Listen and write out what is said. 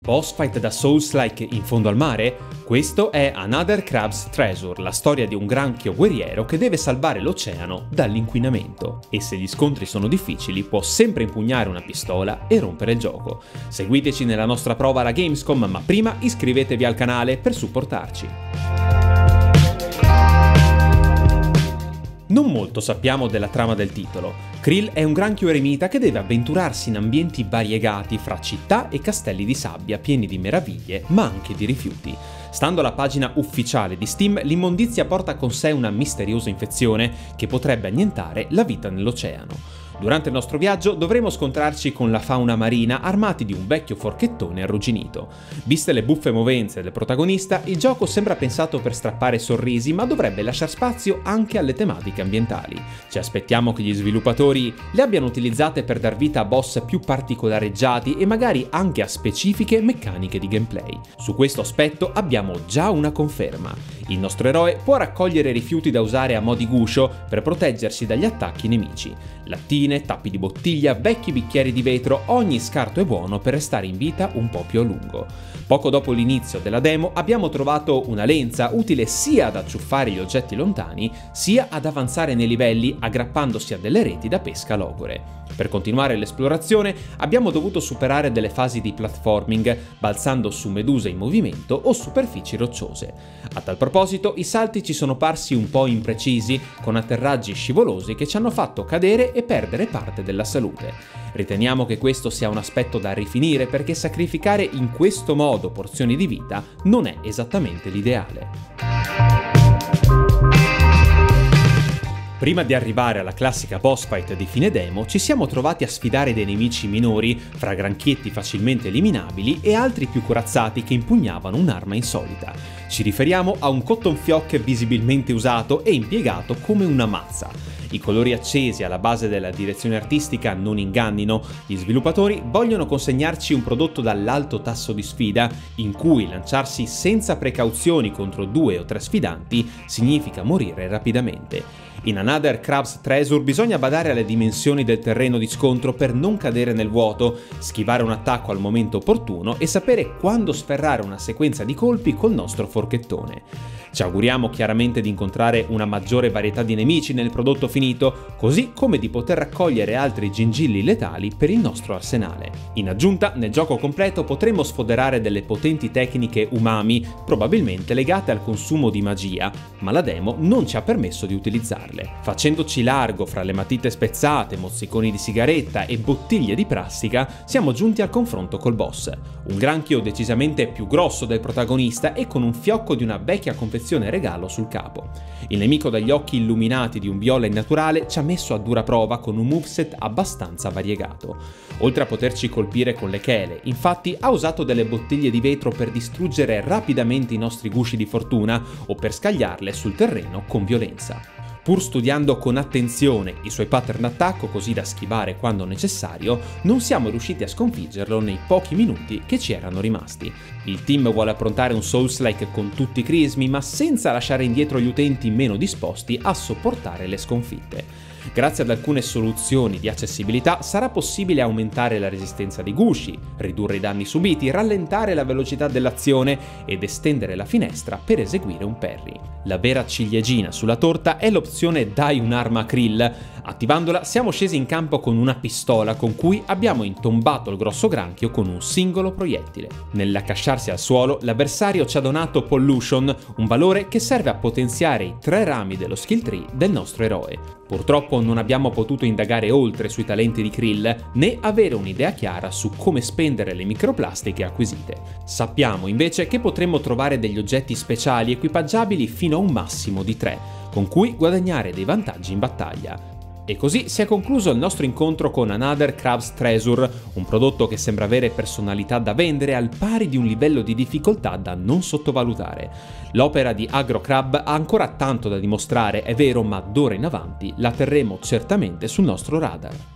Boss fight da Souls-like in fondo al mare? Questo è Another Crab's Treasure, la storia di un granchio guerriero che deve salvare l'oceano dall'inquinamento. E se gli scontri sono difficili, può sempre impugnare una pistola e rompere il gioco. Seguiteci nella nostra prova alla Gamescom, ma prima iscrivetevi al canale per supportarci. Non molto sappiamo della trama del titolo. Krill è un granchio eremita che deve avventurarsi in ambienti variegati fra città e castelli di sabbia pieni di meraviglie, ma anche di rifiuti. Stando alla pagina ufficiale di Steam, l'immondizia porta con sé una misteriosa infezione che potrebbe annientare la vita nell'oceano. Durante il nostro viaggio dovremo scontrarci con la fauna marina armati di un vecchio forchettone arrugginito. Viste le buffe movenze del protagonista, il gioco sembra pensato per strappare sorrisi, ma dovrebbe lasciare spazio anche alle tematiche ambientali. Ci aspettiamo che gli sviluppatori le abbiano utilizzate per dar vita a boss più particolareggiati e magari anche a specifiche meccaniche di gameplay. Su questo aspetto abbiamo già una conferma. Il nostro eroe può raccogliere rifiuti da usare a mo' di guscio per proteggersi dagli attacchi nemici. Lattine, tappi di bottiglia, vecchi bicchieri di vetro, ogni scarto è buono per restare in vita un po' più a lungo. Poco dopo l'inizio della demo abbiamo trovato una lenza utile sia ad acciuffare gli oggetti lontani, sia ad avanzare nei livelli aggrappandosi a delle reti da pesca logore. Per continuare l'esplorazione abbiamo dovuto superare delle fasi di platforming, balzando su meduse in movimento o superfici rocciose. A tal proposito, i salti ci sono parsi un po' imprecisi, con atterraggi scivolosi che ci hanno fatto cadere e perdere parte della salute. Riteniamo che questo sia un aspetto da rifinire perché sacrificare in questo modo porzioni di vita non è esattamente l'ideale. Prima di arrivare alla classica boss fight di fine demo, ci siamo trovati a sfidare dei nemici minori, fra granchietti facilmente eliminabili e altri più corazzati che impugnavano un'arma insolita. Ci riferiamo a un cotton fioc visibilmente usato e impiegato come una mazza. I colori accesi alla base della direzione artistica non ingannino, gli sviluppatori vogliono consegnarci un prodotto dall'alto tasso di sfida, in cui lanciarsi senza precauzioni contro 2 o 3 sfidanti significa morire rapidamente. In Another Crab's Treasure bisogna badare alle dimensioni del terreno di scontro per non cadere nel vuoto, schivare un attacco al momento opportuno e sapere quando sferrare una sequenza di colpi col nostro forchettone. Ci auguriamo chiaramente di incontrare una maggiore varietà di nemici nel prodotto finito, così come di poter raccogliere altri gingilli letali per il nostro arsenale. In aggiunta, nel gioco completo potremo sfoderare delle potenti tecniche umami, probabilmente legate al consumo di magia, ma la demo non ci ha permesso di utilizzarle. Facendoci largo fra le matite spezzate, mozziconi di sigaretta e bottiglie di plastica, siamo giunti al confronto col boss. Un granchio decisamente più grosso del protagonista e con un fiocco di una vecchia confezione regalo sul capo. Il nemico dagli occhi illuminati di un viola innaturale ci ha messo a dura prova con un moveset abbastanza variegato. Oltre a poterci colpire con le chele, infatti ha usato delle bottiglie di vetro per distruggere rapidamente i nostri gusci di fortuna o per scagliarle sul terreno con violenza. Pur studiando con attenzione i suoi pattern d'attacco così da schivare quando necessario, non siamo riusciti a sconfiggerlo nei pochi minuti che ci erano rimasti. Il team vuole approntare un Souls-like con tutti i crismi, ma senza lasciare indietro gli utenti meno disposti a sopportare le sconfitte. Grazie ad alcune soluzioni di accessibilità sarà possibile aumentare la resistenza dei gusci, ridurre i danni subiti, rallentare la velocità dell'azione ed estendere la finestra per eseguire un parry. La vera ciliegina sulla torta è l'opzione Dai un'arma a Krill. Attivandola siamo scesi in campo con una pistola con cui abbiamo intombato il grosso granchio con un singolo proiettile. Nell'accasciarsi al suolo l'avversario ci ha donato Pollution, un valore che serve a potenziare i 3 rami dello skill tree del nostro eroe. Purtroppo non abbiamo potuto indagare oltre sui talenti di Krill, né avere un'idea chiara su come spendere le microplastiche acquisite. Sappiamo invece che potremmo trovare degli oggetti speciali equipaggiabili fino a un massimo di 3, con cui guadagnare dei vantaggi in battaglia. E così si è concluso il nostro incontro con Another Crab's Treasure, un prodotto che sembra avere personalità da vendere al pari di un livello di difficoltà da non sottovalutare. L'opera di AgroCrab ha ancora tanto da dimostrare, è vero, ma d'ora in avanti la terremo certamente sul nostro radar.